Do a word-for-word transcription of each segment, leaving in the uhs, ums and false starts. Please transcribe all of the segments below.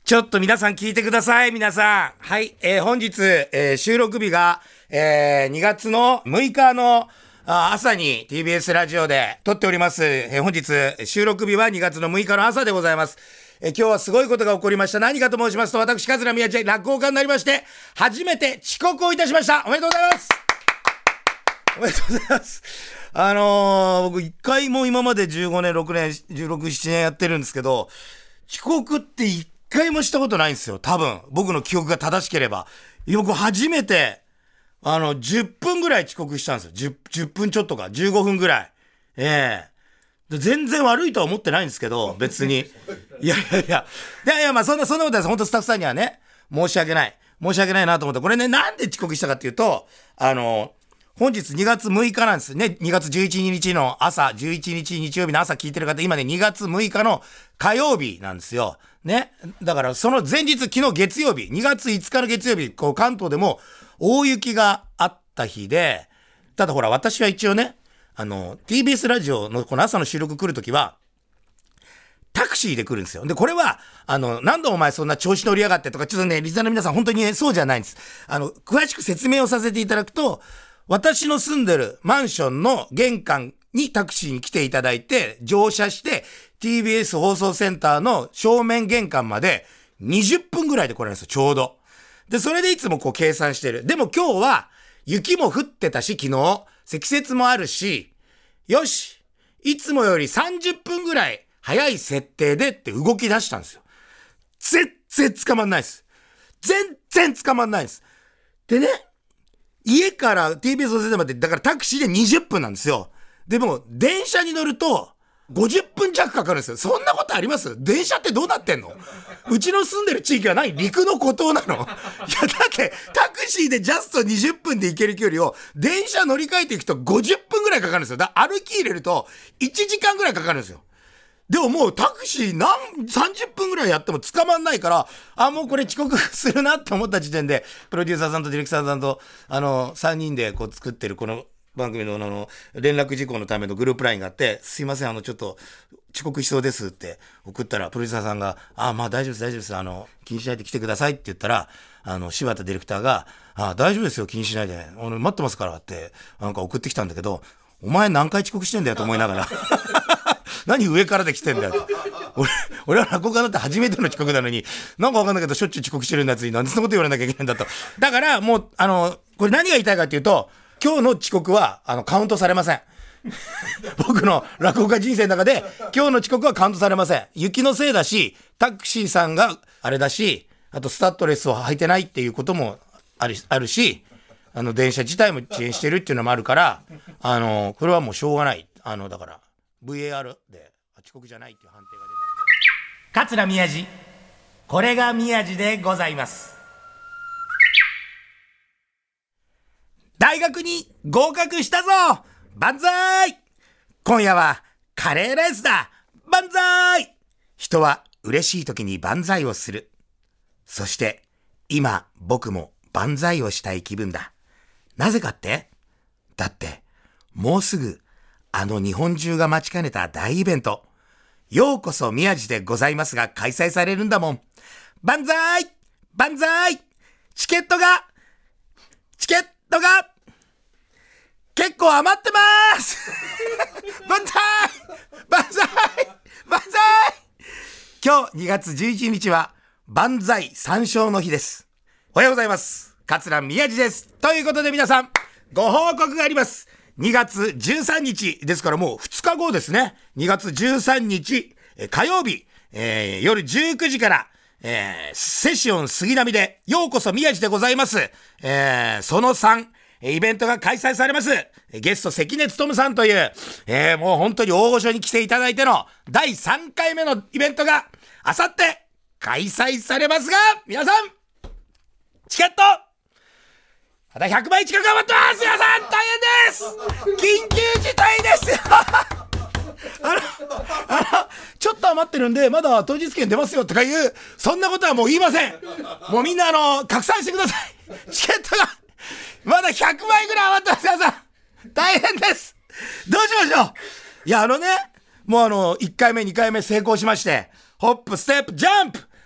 ちょっと皆さん聞いてください、皆さん。はい、えー、本日、えー、収録日が、えー、にがつのむいかのあ朝に ティービーエス ラジオで撮っております。えー、本日、収録日はにがつのむいかの朝でございます。えー、今日はすごいことが起こりました。何かと申しますと、私、桂宮治、落語家になりまして、初めて遅刻をいたしました。おめでとうございます。おめでとうございます。あのー、僕一回も今までじゅうごねん、ろくねん、じゅうろく、ななねんやってるんですけど、遅刻って一回もしたことないんですよ。多分。僕の記憶が正しければ。僕初めて、あの、じゅっぷんぐらい遅刻したんですよ。じゅう、じゅっぷんちょっとか、じゅうごふんぐらい。ええー。全然悪いとは思ってないんですけど、別に。いやいやいや。いやいや、まあそんな、そんなことないです。本当スタッフさんにはね、申し訳ない。申し訳ないなと思って。これね、なんで遅刻したかっていうと、あの、本日にがつむいかなんですね。にがつじゅういちにちの朝、じゅういちにち日曜日の朝聞いてる方、今ね、にがつむいかの火曜日なんですよ。ね。だから、その前日、昨日月曜日、にがついつかの月曜日、こう、関東でも大雪があった日で、ただほら、私は一応ね、あの、ティービーエス ラジオのこの朝の収録来るときは、タクシーで来るんですよ。で、これは、あの、何度お前そんな調子乗りやがってとか、ちょっとね、リスナーの皆さん本当にね、そうじゃないんです。あの、詳しく説明をさせていただくと、私の住んでるマンションの玄関にタクシーに来ていただいて、乗車して、ティービーエス 放送センターの正面玄関までにじゅっぷんぐらいで来れるんですよ、ちょうど。で、それでいつもこう計算してる。でも今日は雪も降ってたし、昨日、積雪もあるし、よし、いつもよりさんじゅっぷんぐらい早い設定でって動き出したんですよ。全然捕まんないです。全然捕まんないです。でね、家から ティービーエス 放送センターまで、だからタクシーでにじゅっぷんなんですよ。でも、電車に乗ると、ごじゅっぷん弱かかるんですよ。そんなことあります？電車ってどうなってんの？うちの住んでる地域は何？陸の孤島なの？いや、だってタクシーでジャストにじゅっぷんで行ける距離を電車乗り換えていくとごじゅっぷんぐらいかかるんですよ。だから歩き入れるといちじかんぐらいかかるんですよ。でももうタクシー何、さんじゅっぷんぐらいやっても捕まんないから、あ、もうこれ遅刻するなって思った時点で、プロデューサーさんとディレクターさんと、あの、さんにんでこう作ってるこの番組のあの、連絡事項のためのグループラインがあって、すいません、あの、ちょっと、遅刻しそうですって送ったら、プロデューサーさんが、あ、まあ大丈夫です、大丈夫です、あの、気にしないで来てくださいって言ったら、あの、柴田ディレクターが、あ、大丈夫ですよ、気にしないで、あの、待ってますからって、なんか送ってきたんだけど、お前何回遅刻してんだよと思いながら。何上からで来てんだよと。俺、俺は落語家だって初めての遅刻なのに、なんかわかんないけどしょっちゅう遅刻してるんだやつになんでそんなこと言われなきゃいけないんだと。だから、もう、あの、これ何が言いたいかっていうと、今日の遅刻は、あの、カウントされません。僕の落語家人生の中で、今日の遅刻はカウントされません。雪のせいだし、タクシーさんがあれだし、あとスタッドレスを履いてないっていうこともある、あるし、あの、電車自体も遅延してるっていうのもあるから、あの、これはもうしょうがない。あの、だから、ブイエーアール で遅刻じゃないっていう判定が出たんで。桂宮治、これが宮治でございます。大学に合格したぞ！万歳！今夜はカレーライスだ！万歳！人は嬉しい時に万歳をする。そして今僕も万歳をしたい気分だ。なぜかって？だってもうすぐあの日本中が待ちかねた大イベント、ようこそ宮治でございますが開催されるんだもん。万歳！万歳！チケットがチケットが結構余ってます万歳！万歳！万歳！今日にがつじゅういちにちは万歳三唱の日です。おはようございます。桂宮治です。ということで皆さん、ご報告があります。にがつじゅうさんにちですからもうふつかごですね。にがつじゅうさんにち火曜日、えー、夜じゅうくじから、えー、セシオン杉並でようこそ宮治でございます。えー、そのさん、イベントが開催されます。ゲスト関根勤さんという、えー、もう本当に大御所に来ていただいてのだいさんかいめのイベントがあさって開催されますが、皆さんチケットまだひゃくまい近く余ってます。皆さん大変です。緊急事態ですよあの、あの、ちょっと余ってるんでまだ当日券出ますよとかいう、そんなことはもう言いません。もうみんなあの拡散してください。チケットがまだひゃくまいぐらい余ってます。皆さん大変です。どうしましょう。いやあのね、もうあのいっかいめにかいめ成功しまして、ホップステップジャンプ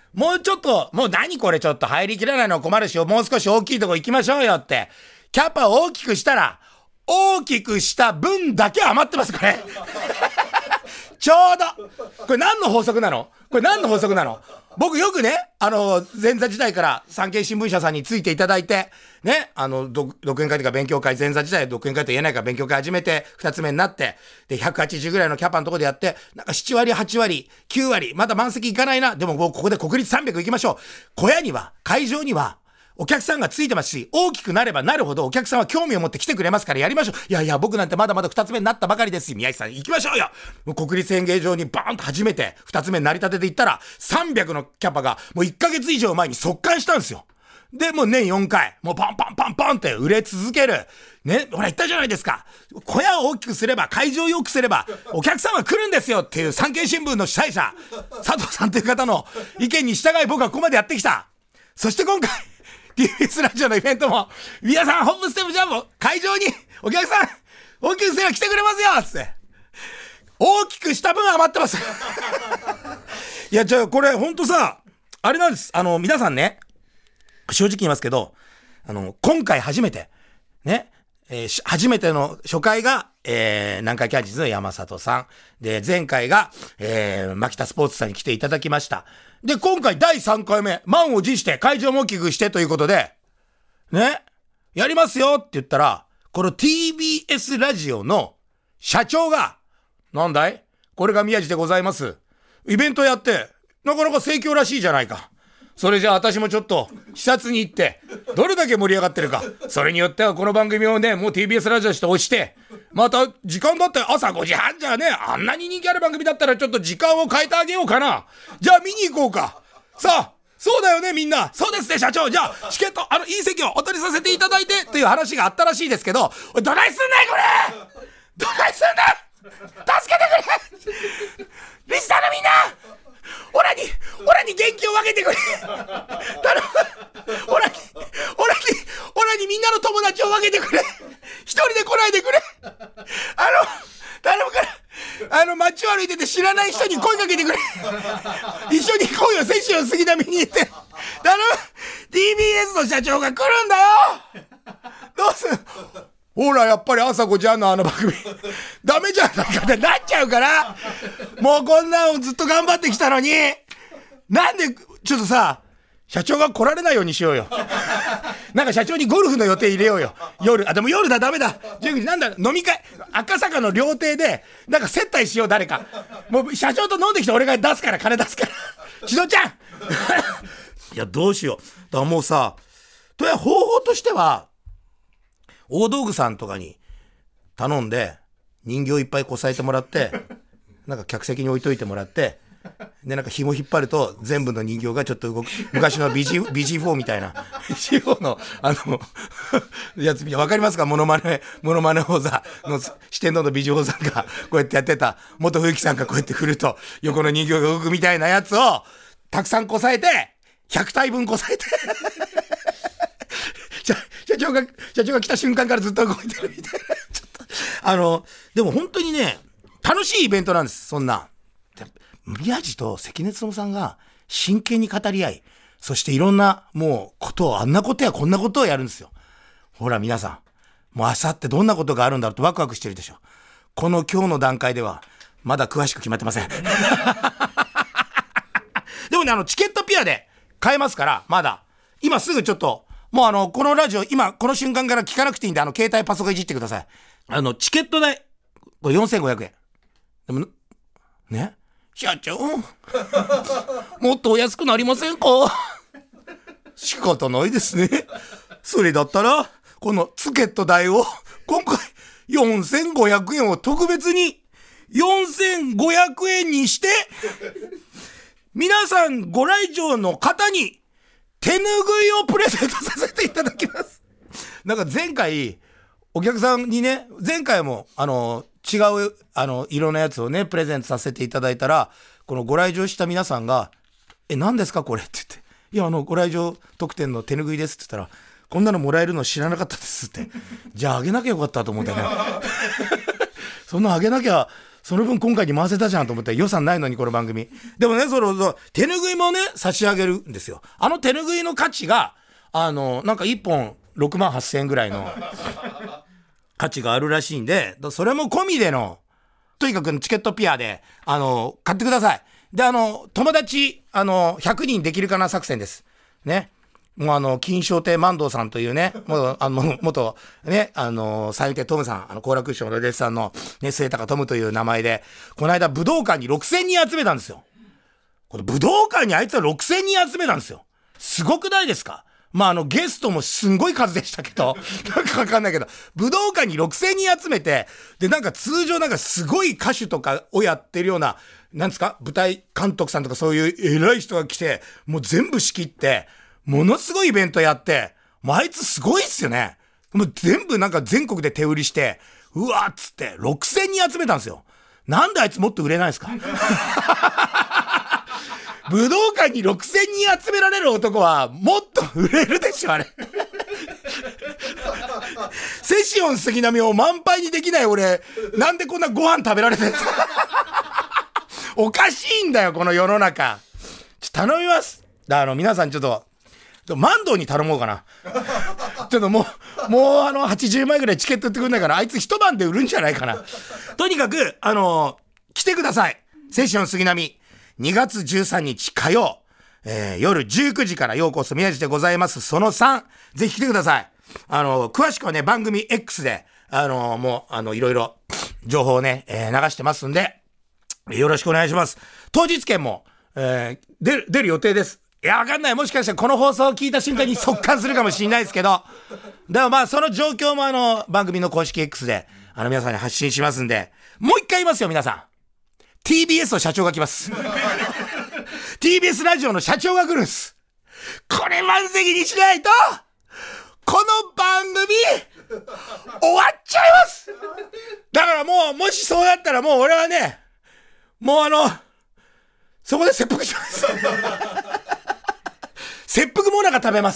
もうちょっと、もう何これちょっと入りきらないの困るし、もう少し大きいとこ行きましょうよって。キャパを大きくしたら、大きくした分だけ余ってます、これ。ちょうど。これ何の法則なの？これ何の法則なの？僕よくね、あの、前座時代から産経新聞社さんについていただいて、ね、あの、独演会とか勉強会、前座時代独演会と言えないから勉強会始めて、二つ目になって、で、ひゃくはちじゅうぐらいのキャパのところでやって、なんかななわり、はちわり、きゅうわり、まだ満席いかないな。でももうここで国立さんびゃく行きましょう。小屋には、会場には、お客さんがついてますし、大きくなればなるほどお客さんは興味を持って来てくれますからやりましょう。いやいや、僕なんてまだまだ二つ目になったばかりです。宮治さん行きましょうよ。もう国立演芸場にバーンと初めて二つ目になりたてで行ったら、さんびゃくのキャパがもういっかげつ以上前に速乾したんですよ。で、もう年よんかい、もうパンパンパンパンって売れ続ける。ね、ほら言ったじゃないですか。小屋を大きくすれば、会場を良くすれば、お客さんは来るんですよっていう産経新聞の主催者、佐藤さんという方の意見に従い僕はここまでやってきた。そして今回、ティービーエス ラジオのイベントも、皆さんホップステップジャンプ会場にお客さん大きくすれば来てくれますよつって大きくした分余ってますいやじゃあこれほんとさあれなんです。あの皆さんね、正直言いますけど、あの今回初めてね、えー、初めての初回が、えー、南海キャンディーズの山里さんで、前回が、えー、牧田スポーツさんに来ていただきました。で、今回だいさんかいめ、満を持して会場も大きくしてということで、ね、やりますよって言ったら、この ティービーエス ラジオの社長が、なんだい？これが宮治でございます。イベントやって、なかなか盛況らしいじゃないか。それじゃあ私もちょっと視察に行って、どれだけ盛り上がってるか。それによってはこの番組をね、もう ティービーエス ラジオして押して、また時間だって朝ごじはんじゃね、あんなに人気ある番組だったらちょっと時間を変えてあげようかな。じゃあ見に行こうか。さあ、そうだよねみんな。そうですね社長。じゃあチケット、あのいい席をお取りさせていただいてっていう話があったらしいですけど、どないすんねんこれ。どないすんねん。助けてくれ。リスナーのみんな。オラに、オラに元気を分けてくれ。頼む。オラに、オラに、オラにみんなの友達を分けてくれ。一人で来ないでくれ。あの、頼むから、あの、街を歩いてて知らない人に声かけてくれ。一緒に行こうよ、セッション杉並に行って。頼む。ティービーエス の社長が来るんだよ。どうする？ほらやっぱり朝ごじはんのあの番組ダメじゃないかってなっちゃうから、もうこんなのずっと頑張ってきたのに、なんでちょっとさ社長が来られないようにしようよ。なんか社長にゴルフの予定入れようよ。夜、あでも夜だ、ダメだ。じゅうくじなんだ飲み会、赤坂の料亭でなんか接待しよう誰か。もう社長と飲んできて俺が出すから金出すから。千戸ちゃん。いやどうしよう。だからもうさ、とりあえず方法としては。大道具さんとかに頼んで人形いっぱいこさえてもらって、なんか客席に置いといてもらって、でなんか紐引っ張ると全部の人形がちょっと動く、昔の ビージー、ビージーフォー みたいな ビージーフォー のあのやつ、わかりますか？モノマネモノマネ王座の四天王の ビージーフォー さんがこうやってやってた、元冬木さんがこうやって振ると横の人形が動くみたいなやつをたくさんこさえてひゃくたいぶんこさえて社長が社長が来た瞬間からずっと動いてるみたいな。ちょっとあのでも本当にね楽しいイベントなんです。そんな宮治と関根勤さんが真剣に語り合い、そしていろんなもうことを、あんなことやこんなことをやるんですよ。ほら皆さん、もう明後日どんなことがあるんだろうとワクワクしてるでしょ。この今日の段階ではまだ詳しく決まってません。でもね、あのチケットピアで買えますから、まだ今すぐちょっともうあのこのラジオ今この瞬間から聞かなくていいんで、あの携帯パソコンいじってください。あのチケット代これよんせんごひゃくえん。でもね、社長もっとお安くなりませんか？仕方ないですね。それだったらこのチケット代を今回よんせんごひゃくえんを特別によんせんごひゃくえんにして皆さんご来場の方に手ぬぐいをプレゼントさせていただきます。なんか前回お客さんにね、前回もあの違うあの色のやつをねプレゼントさせていただいたら、このご来場した皆さんがえ何ですかこれって言って、いやあのご来場特典の手ぬぐいですって言ったら、こんなのもらえるの知らなかったですって。じゃああげなきゃよかったと思ってね。そんなあげなきゃその分今回に回せたじゃんと思って、予算ないのにこの番組。でもね、その、その手ぬぐいもね、差し上げるんですよ。あの手ぬぐいの価値が、あの、なんかいっぽんろくまんはっせんえんぐらいの価値があるらしいんで、それも込みでの、とにかくチケットピアで、あの、買ってください。で、あの、友達、あの、ひゃくにんできるかな作戦です。ね。もうあの、金賞亭万堂さんというね、もう、あの、元、ね、あの、三遊亭トムさん、あの、好楽師匠のお弟子さんの、ね、末高トムという名前で、この間武道館にろくせんにん集めたんですよ。この武道館にあいつはろくせんにん集めたんですよ。すごくないですか？まあ、あの、ゲストもすんごい数でしたけど、なんかわかんないけど、武道館にろくせんにん集めて、で、なんか通常なんかすごい歌手とかをやってるような、なんですか、舞台監督さんとかそういう偉い人が来て、もう全部仕切って、ものすごいイベントやって、もうあいつすごいっすよね。もう全部なんか全国で手売りして、うわーっつってろくせんにん集めたんですよ。なんであいつもっと売れないんですか？武道館にろくせんにん集められる男はもっと売れるでしょ、あれ。セシオン杉並を満杯にできない俺、なんでこんなご飯食べられてるんですか？おかしいんだよ、この世の中。ちょ頼みます。あの、皆さんちょっと、万堂に頼もうかな。ちょっともう、もうあの、はちじゅうまいぐらいチケット売ってくんないから、あいつ一晩で売るんじゃないかな。とにかく、あのー、来てください。セッション杉並。にがつじゅうさんにち火曜、えー、夜じゅうくじからようこそ宮地でございます。そのさん。ぜひ来てください。あのー、詳しくはね、番組 X で、あのー、もう、あの、いろいろ、情報をね、えー、流してますんで、よろしくお願いします。当日券も、えー、出る、出る予定です。いや、わかんない。もしかしたらこの放送を聞いた瞬間に速乾するかもしれないですけど。でもまあ、その状況もあの、番組の公式 X で、あの、皆さんに発信しますんで、もう一回言いますよ、皆さん。ティービーエス の社長が来ます。ティービーエス ラジオの社長が来るんです。これ満席にしないと、この番組、終わっちゃいます。だからもう、もしそうやったらもう俺はね、もうあの、そこで切腹します。切腹もなか食べます。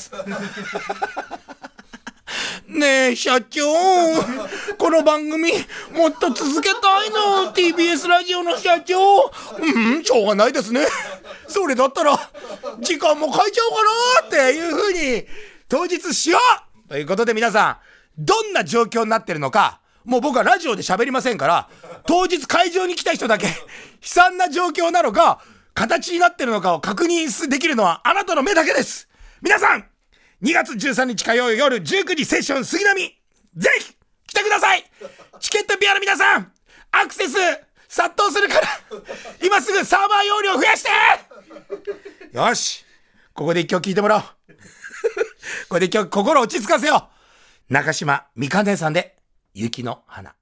ねえ、社長。この番組、もっと続けたいの。ティービーエス ラジオの社長。うん、しょうがないですね。それだったら、時間も変えちゃおうかなっていう風に、当日しようということで皆さん、どんな状況になってるのか、もう僕はラジオで喋りませんから、当日会場に来た人だけ、悲惨な状況なのか、形になってるのかを確認できるのはあなたの目だけです。皆さん、にがつじゅうさんにち火曜夜じゅうくじセッション杉並、ぜひ来てください。チケットピアの皆さん、アクセス殺到するから今すぐサーバー容量増やして。よし、ここで一曲聴いてもらおう。これで一曲心落ち着かせよう。中島みかねさんで雪の花。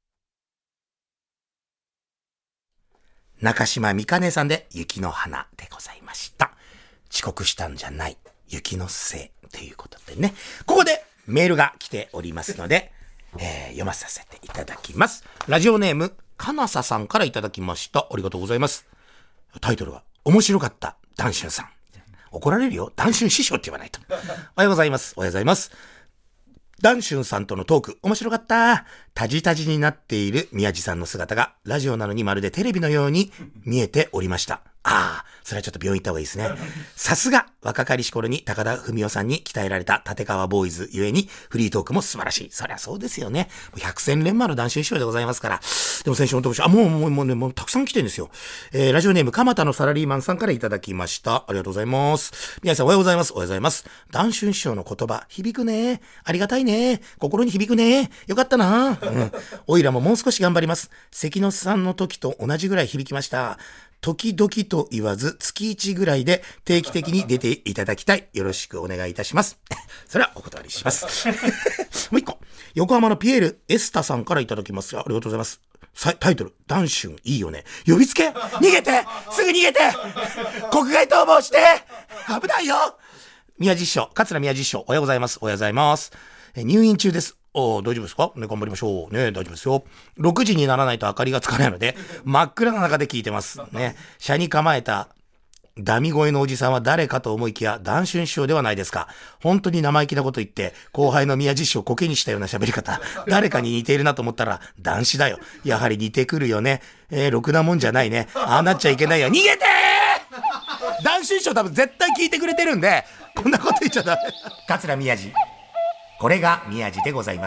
中島みかねさんで雪の花でございました。遅刻したんじゃない、雪のせいということでね。ここでメールが来ておりますので、えー、読まさせていただきます。ラジオネームかなささんからいただきました。ありがとうございます。タイトルは面白かったダンシュンさん。怒られるよ、ダンシュン師匠って言わないと。おはようございます。おはようございます。ダンシュンさんとのトーク、面白かった。タジタジになっている宮地さんの姿が、ラジオなのにまるでテレビのように見えておりました。ああ、それはちょっと病院行った方がいいですね。さすが、若かりし頃に高田文夫さんに鍛えられた立川ボーイズゆえに、フリートークも素晴らしい。そりゃそうですよね。百戦錬磨のダンシュン師匠でございますから。でも先週の特集、あ、もう、もう、もうね、もうたくさん来てるんですよ。えー、ラジオネーム、蒲田のサラリーマンさんからいただきました。ありがとうございます。宮地さん、おはようございます。おはようございます。ダンシュン師匠の言葉、響くね。ありがたいね。心に響くね。よかったな。うん。おいらももう少し頑張ります。関野さんの時と同じぐらい響きました。時々と言わず月いちぐらいで定期的に出ていただきたい。よろしくお願いいたします。それはお断りします。もう一個。横浜のピエールエスタさんからいただきます。ありがとうございます。タイトル、ダンシュンいいよね。呼びつけ逃げてすぐ逃げて国外逃亡して危ないよ。宮地師匠、桂宮地師匠、おはようございます。おはようございます。入院中です。お大丈夫ですかね、頑張りましょう。ね、大丈夫ですよ。ろくじにならないと明かりがつかないので、真っ暗な中で聞いてます。ね、車に構えたダミ声のおじさんは誰かと思いきや、談春師匠ではないですか。本当に生意気なこと言って、後輩の宮地師匠をコケにしたような喋り方。誰かに似ているなと思ったら、談志だよ。やはり似てくるよね。えー、ろくなもんじゃないね。ああなっちゃいけないよ。逃げてー談春師匠多分絶対聞いてくれてるんで、こんなこと言っちゃダメ。桂宮治。これが宮治でございます。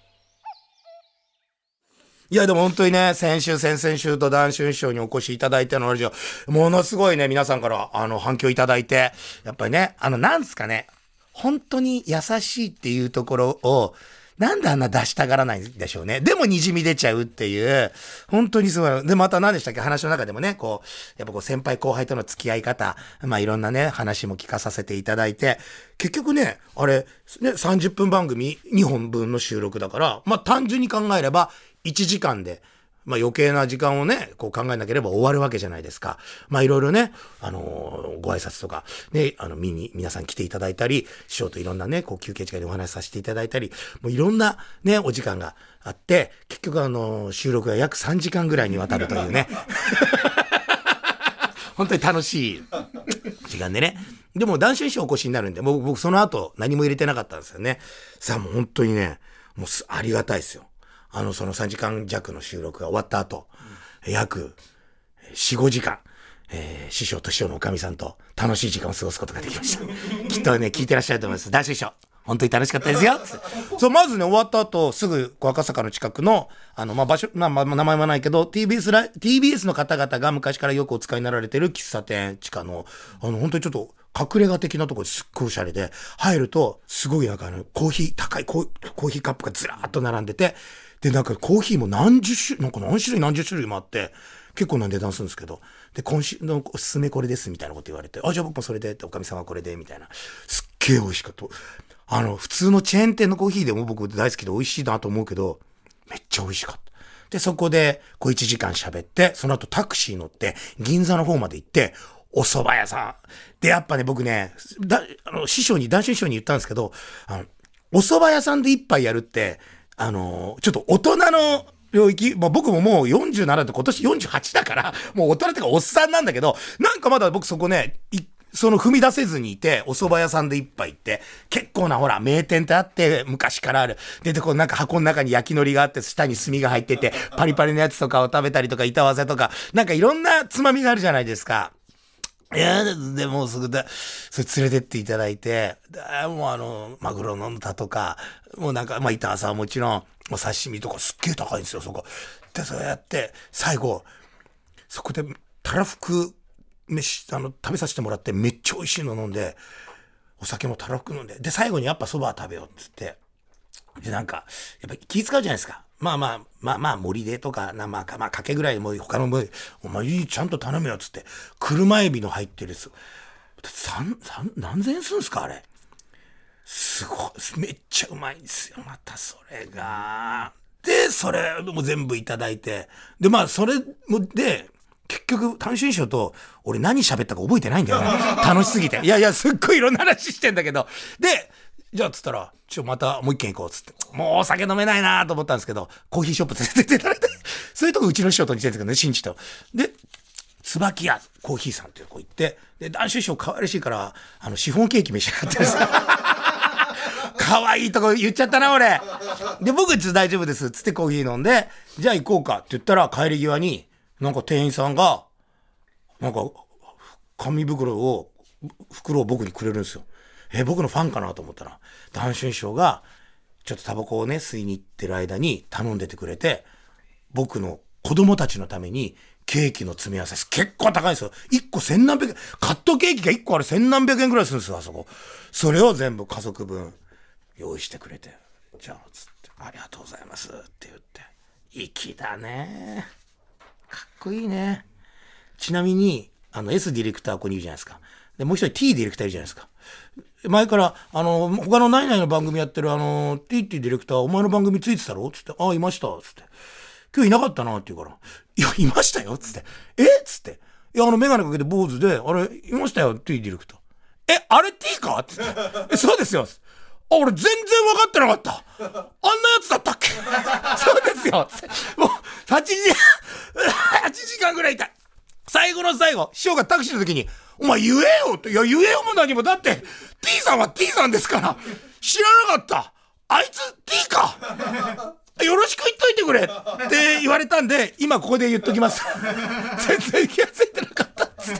いやでも本当にね、先週先々週と談春師匠にお越しいただいてのラジオ、ものすごいね、皆さんからあの反響いただいて、やっぱりね、あのなんすかね、本当に優しいっていうところを、なんであんな出したがらないんでしょうね。でも滲み出ちゃうっていう、本当にすごい。で、また何でしたっけ、話の中でもね、こう、やっぱこう先輩後輩との付き合い方、まあいろんなね、話も聞かさせていただいて、結局ね、あれ、ね、さんじゅっぷん番組にほんぶんの収録だから、まあ単純に考えれば、いちじかんで、まあ余計な時間をね、こう考えなければ終わるわけじゃないですか。まあいろいろね、あのー、ご挨拶とか、ね、あの、見に、皆さん来ていただいたり、師匠といろんなね、こう休憩時間でお話しさせていただいたり、もういろんなね、お時間があって、結局あのー、収録が約さんじかんぐらいにわたるというね。本当に楽しい時間でね。でも、談春師匠お越しになるんで、もう僕その後何も入れてなかったんですよね。さあもう本当にね、もうありがたいですよ。あの、そのさんじかん弱の収録が終わった後、うん、約よん、ごじかん、えー、師匠と師匠のおかみさんと楽しい時間を過ごすことができました。きっとね、聞いてらっしゃると思います。談春師匠、本当に楽しかったですよ。そう、まずね、終わった後、すぐ赤坂の近くの、あの、まあ、場所、まあ、まあ、名前はないけど、ティービーエス ラ、ティービーエス の方々が昔からよくお使いになられてる喫茶店地下の、あの、本当にちょっと、隠れ家的なところですっごいおしゃれで、入ると、すごいなんかあの、コーヒー、高いコー、コーヒーカップがずらーっと並んでて、で、なんかコーヒーも何十種、なんか何種類何十種類もあって、結構な値段するんですけど、で、今週のおすすめこれですみたいなこと言われて、あ、じゃあ僕もそれでって、おかみさんはこれでみたいな。すっげえ美味しかった。あの、普通のチェーン店のコーヒーでも僕大好きで美味しいなと思うけど、めっちゃ美味しかった。で、そこで、こういちじかん喋って、その後タクシー乗って、銀座の方まで行って、お蕎麦屋さん。で、やっぱね、僕ね、だ、あの、師匠に、談春師匠に言ったんですけど、あの、お蕎麦屋さんで一杯やるって、あのー、ちょっと大人の領域、まあ、僕ももうよんじゅうななで今年よんじゅうはちだから、もう大人ってかおっさんなんだけど、なんかまだ僕そこね、その踏み出せずにいて、お蕎麦屋さんで一杯行って、結構なほら、名店ってあって、昔からある。で、こうなんか箱の中に焼き海苔があって、下に炭が入ってて、パリパリのやつとかを食べたりとか、板わせとか、なんかいろんなつまみがあるじゃないですか。いやでもうすぐだ、それ連れてっていただいて、もうあの、マグロのタとか、もうなんか、まあ、板朝はもちろん、お刺身とかすっげえ高いんですよ、そこ。で、そうやって、最後、そこで、たらふく飯、あの、食べさせてもらって、めっちゃ美味しいの飲んで、お酒もたらふく飲んで、で、最後にやっぱ蕎麦食べようって言って、で、なんか、やっぱ気使うじゃないですか。まあまあ、まあまあ、森でとか、なまあ、まあ、かけぐらいもう他のも、お前いい、ちゃんと頼めよっつって、車エビの入ってるやつ。三、三、何千円するんすかあれ。すごい、めっちゃうまいんですよ、またそれが。で、それも全部いただいて。で、まあ、それも、で、結局、談春師匠と、俺何喋ったか覚えてないんだよね。楽しすぎて。いやいや、すっごいいろんな話してんだけど。で、じゃあつったら、ちょ、またもう一軒行こうっつって。もうお酒飲めないなと思ったんですけど、コーヒーショップ連れてっていただいて、そういうとこうちの師匠と似てるんですけどね、新地と。で、椿屋コーヒーさんっていうとこ行って、で、談春師匠可愛らしいから、あの、シフォンケーキ召し上がってるんですよ。可愛いとこ言っちゃったな、俺。で、僕ちょっと大丈夫です。つってコーヒー飲んで、じゃあ行こうかって言ったら、帰り際に、なんか店員さんが、なんか、紙袋を、袋を僕にくれるんですよ。え、僕のファンかなと思ったら、談春師匠が、ちょっとタバコをね、吸いに行ってる間に頼んでてくれて、僕の子供たちのために、ケーキの詰め合わせ、結構高いんですよ。いっこ千何百円、カットケーキがいっこあれ千何百円くらいするんですよ、あそこ。それを全部家族分用意してくれて、じゃあ、つって、ありがとうございますって言って、粋だね。かっこいいね。ちなみに、あの S ディレクターここにいるじゃないですか。で、もう一人 T ディレクターいるじゃないですか。前から、あの、他のナイナイの番組やってるあの、T っていうディレクター、お前の番組ついてたろつって、ああ、いました。つって。今日いなかったなって言うから、いや、いましたよつって。えつって。いや、あの、メガネかけて坊主で、あれ、いましたよ T ディレクター。え、あれ T かつって。え、そうですよ。あ、俺全然分かってなかった。あんなやつだったっけそうですよ。もう、はちじ、はちじかんぐらいいた。最後の最後、師匠がタクシーの時に、 お前言えよって。いや、言えよも何も。だって、T さんは T さんですから。知らなかった。あいつ T か。よろしく言っといてくれって言われたんで、今ここで言っときます。全然気がついてなかったっつって。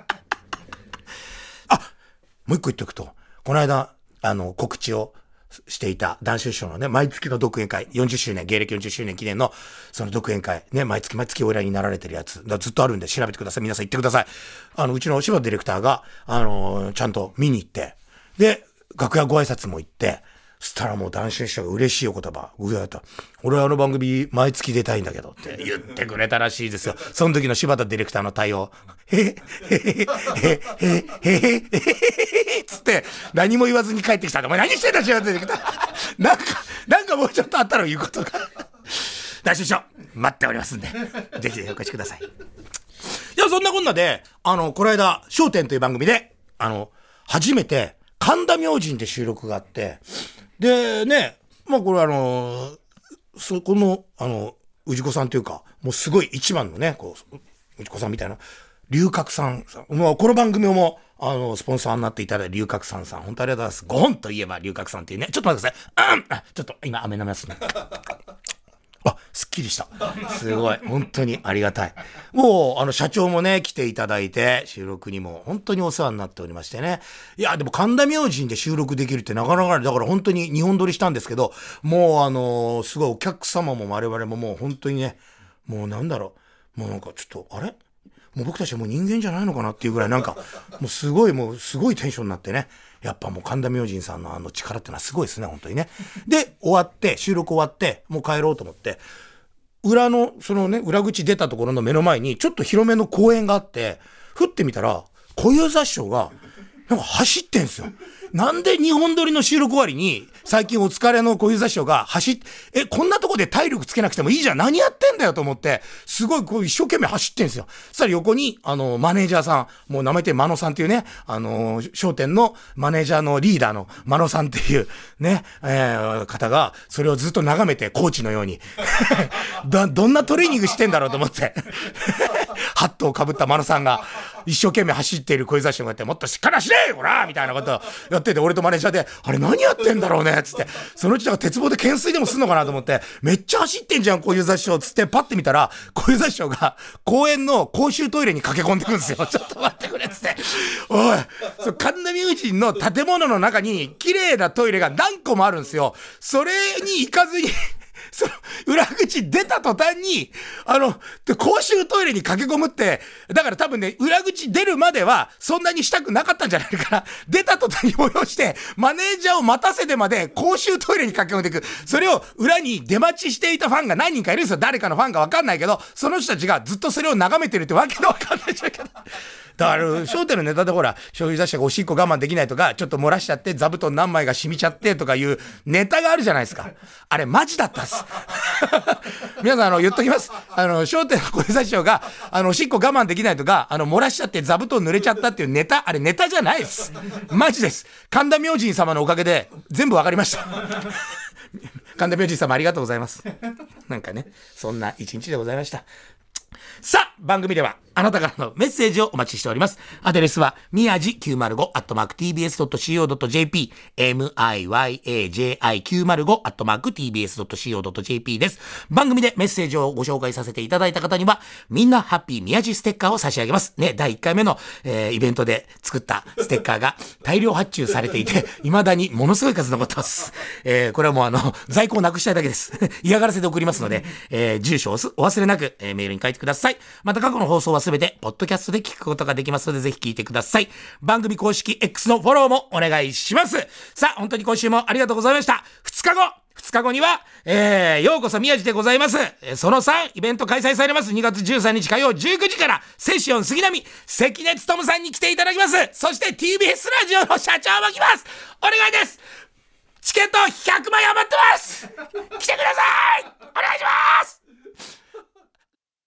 あ、もう一個言っておくと、この間、あの、告知をしていた談春師匠のね、毎月の独演会、よんじゅっしゅうねん、芸歴よんじゅっしゅうねん記念の、その独演会、ね、毎月毎月お偉いになられてるやつ、だずっとあるんで調べてください。皆さん行ってください。あの、うちの柴田ディレクターが、あの、ちゃんと見に行って、で、楽屋ご挨拶も行って、そしたらもう談春師匠が嬉しいお言葉、うわた、俺はあの番組毎月出たいんだけどって言ってくれたらしいですよ。その時の柴田ディレクターの対応、へへへへへへへへへつって何も言わずに帰ってきたんで、お前何してんだ柴田ディレクター。なんか、なんかもうちょっとあったら言うことが。談春師匠、待っておりますんで、ぜひぜひお越しください。いや、そんなこんなで、あの、この間、笑点という番組で、あの、初めて、神田明神で収録があって、でね、まあこれあのー、そこの、あの、氏子さんというか、もうすごい一番のね、こう、氏子さんみたいな、龍角散さん、もうこの番組も、あの、スポンサーになっていただいた龍角散さん、本当ありがとうございます。ご本といえば龍角散っていうね、ちょっと待ってください。うん、あ、ちょっと今、飴舐めますね。あ、すっきりした。すごい。本当にありがたい。もう、あの、社長もね、来ていただいて、収録にも本当にお世話になっておりましてね。いや、でも神田明神で収録できるってなかなかね、だから本当に日本撮りしたんですけど、もうあのー、すごいお客様も我々ももう本当にね、もうなんだろう、もうなんかちょっと、あれもう僕たちはもう人間じゃないのかなっていうぐらいなんか、もうすごいもうすごいテンションになってね。やっぱもう神田明神さんのあの力ってのはすごいですね、本当にね。で、終わって、収録終わって、もう帰ろうと思って、裏の、そのね、裏口出たところの目の前に、ちょっと広めの公園があって、ふってみたら、小遊三師匠が、なんか走ってんすよ。なんで日本撮りの収録終わりに、最近お疲れの小遊三師匠が走っ、え、こんなとこで体力つけなくてもいいじゃん。何やってんだよと思って、すごいこう一生懸命走ってんすよ。そしたら横に、あの、マネージャーさん、もう名前言って真野さんっていうね、あの、商店のマネージャーのリーダーの真野さんっていう、ね、えー、方が、それをずっと眺めて、コーチのように。ど、どんなトレーニングしてんだろうと思って。ハットをかぶった真野さんが、一生懸命走っている小遊三師匠がやって、もっとしっかり走れほらみたいなことをやってて、俺とマネージャーで、あれ何やってんだろうねつって、そのうちだから鉄棒で懸垂でもすんのかなと思って、めっちゃ走ってんじゃん小遊三師匠つってパッて見たら、小遊三師匠が公園の公衆トイレに駆け込んでくるんですよ。ちょっと待ってくれつって、おい、そう神田明神の建物の中に綺麗なトイレが何個もあるんですよ。それに行かずにその裏口出た途端に、あの、公衆トイレに駆け込むって、だから多分ね、裏口出るまではそんなにしたくなかったんじゃないかな。出た途端に催して、マネージャーを待たせてまで公衆トイレに駆け込んでいく。それを裏に出待ちしていたファンが何人かいるんですよ。誰かのファンかわかんないけど、その人たちがずっとそれを眺めてるってわけのわかんないじゃんけど。だから、笑点のネタでほら、醤油差しがおしっこ我慢できないとか、ちょっと漏らしちゃって、座布団何枚が染みちゃってとかいうネタがあるじゃないですか。あれ、マジだったっす。皆さん、あの、言っときます。あの、笑点の小遊三師匠が、あの、おしっこ我慢できないとか、あの、漏らしちゃって座布団濡れちゃったっていうネタ、あれネタじゃないです。マジです。神田明神様のおかげで、全部わかりました。神田明神様ありがとうございます。なんかね、そんな一日でございました。さあ、番組ではあなたからのメッセージをお待ちしております。アドレスは、みやじきゅうまるごアットマークティービーエスドットシーオードットジェーピー、エムアイワイエージェーアイきゅうまるごアットマークティービーエスドットシーオードットジェーピー です。番組でメッセージをご紹介させていただいた方には、みんなハッピーみやじステッカーを差し上げます。ね、だいいっかいめの、えー、イベントで作ったステッカーが大量発注されていて、未だにものすごい数残ってます。えー、これはもうあの、在庫をなくしたいだけです。嫌がらせで送りますので、えー、住所をお忘れなく、えー、メールに書いてください。また過去の放送はすべて、ポッドキャストで聞くことができますので、ぜひ聞いてください。番組公式 X のフォローもお願いします。さあ、本当に今週もありがとうございました。ふつかご、ふつかごには、えー、ようこそ宮地でございます。そのさん、イベント開催されます。にがつじゅうさんにち火曜じゅうくじから、セッション杉並、関根勤さんに来ていただきます。そして ティービーエス ラジオの社長も来ます。お願いです。チケットひゃくまい余ってます。来てください。お願いします。